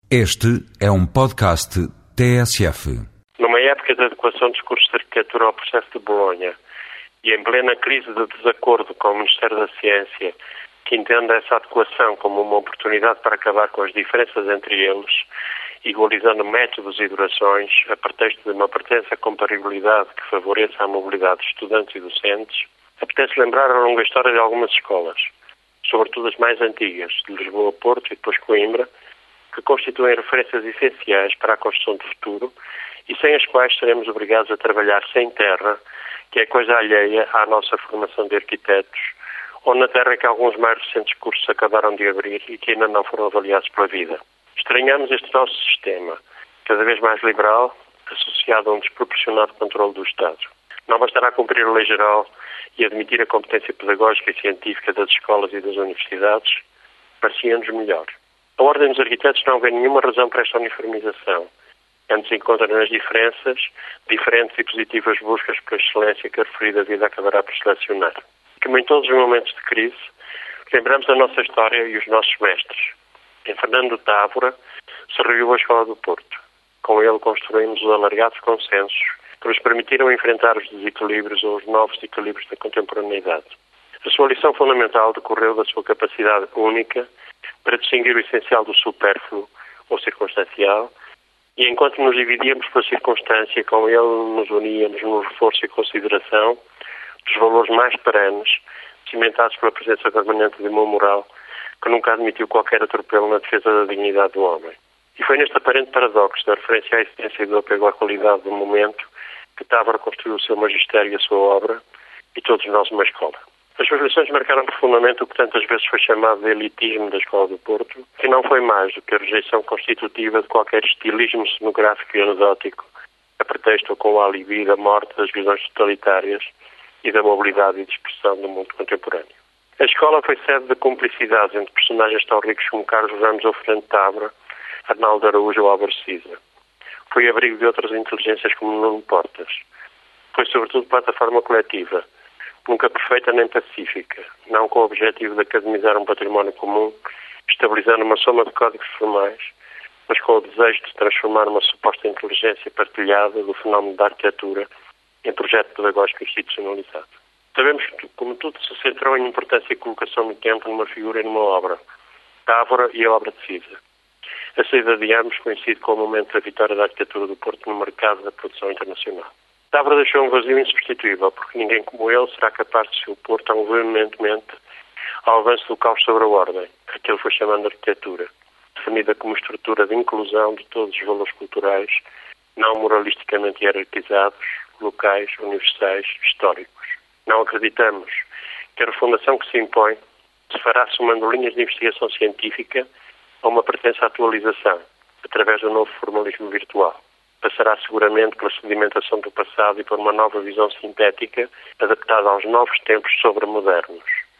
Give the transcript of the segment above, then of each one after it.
Este é um podcast TSF. Numa época de adequação dos cursos de arquitetura ao processo de Bolonha e em plena crise de desacordo com o Ministério da Ciência, que entende essa adequação como uma oportunidade para acabar com as diferenças entre eles, igualizando métodos e durações, a pretexto de uma pretensa compatibilidade que favoreça a mobilidade de estudantes e docentes, apetece lembrar a longa história de algumas escolas, sobretudo as mais antigas, de Lisboa, Porto e depois Coimbra, que constituem referências essenciais para a construção do futuro e sem as quais seremos obrigados a trabalhar sem terra, que é coisa alheia à nossa formação de arquitetos, ou na terra que alguns mais recentes cursos acabaram de abrir e que ainda não foram avaliados pela vida. Estranhamos este nosso sistema, cada vez mais liberal, associado a um desproporcionado controle do Estado. Não bastará cumprir a lei geral e admitir a competência pedagógica e científica das escolas e das universidades, parecia-nos melhor. A Ordem dos Arquitetos não vê nenhuma razão para esta uniformização. Antes encontra nas diferenças diferentes e positivas buscas por excelência que a referida vida acabará por selecionar. Como em todos os momentos de crise, lembramos a nossa história e os nossos mestres. Em Fernando Távora se reviu a Escola do Porto. Com ele construímos os alargados consensos que nos permitiram enfrentar os desequilíbrios ou os novos equilíbrios da contemporaneidade. A sua lição fundamental decorreu da sua capacidade única para distinguir o essencial do supérfluo ou circunstancial, e enquanto nos dividíamos pela circunstância, com ele nos uníamos no reforço e consideração dos valores mais perenes, cimentados pela presença permanente de uma moral que nunca admitiu qualquer atropelo na defesa da dignidade do homem. E foi neste aparente paradoxo da referência à existência e do apego à qualidade do momento que Távora construiu o seu magistério e a sua obra, e todos nós uma escola. As suas lições marcaram profundamente o que tantas vezes foi chamado de elitismo da Escola do Porto, que não foi mais do que a rejeição constitutiva de qualquer estilismo cenográfico e anedótico, a pretexto ou com o alibi da morte das visões totalitárias e da mobilidade e dispersão do mundo contemporâneo. A escola foi sede de cumplicidades entre personagens tão ricos como Carlos Ramos ou Fernando Távora, Arnaldo Araújo ou Álvaro Siza. Foi abrigo de outras inteligências como Nuno Portas. Foi sobretudo plataforma coletiva, nunca perfeita nem pacífica, não com o objetivo de academizar um património comum, estabilizando uma soma de códigos formais, mas com o desejo de transformar uma suposta inteligência partilhada do fenómeno da arquitetura em projeto pedagógico institucionalizado. Sabemos que, como tudo se centrou em importância e colocação no tempo numa figura e numa obra, Távora e a obra de Siza. A saída de ambos coincide com o momento da vitória da arquitetura do Porto no mercado da produção internacional. Távora deixou um vazio insubstituível, porque ninguém como ele será capaz de se opor tão veementemente ao avanço do caos sobre a ordem, que ele foi chamando de arquitetura, definida como estrutura de inclusão de todos os valores culturais, não moralisticamente hierarquizados, locais, universais, históricos. Não acreditamos que a refundação que se impõe se fará somando linhas de investigação científica a uma pretensa atualização, através do novo formalismo virtual. Passará seguramente pela sedimentação do passado e por uma nova visão sintética adaptada aos novos tempos sobremodernos.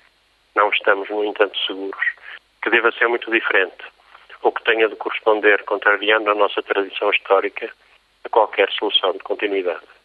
Não estamos, no entanto, seguros que deva ser muito diferente ou que tenha de corresponder, contrariando a nossa tradição histórica, a qualquer solução de continuidade.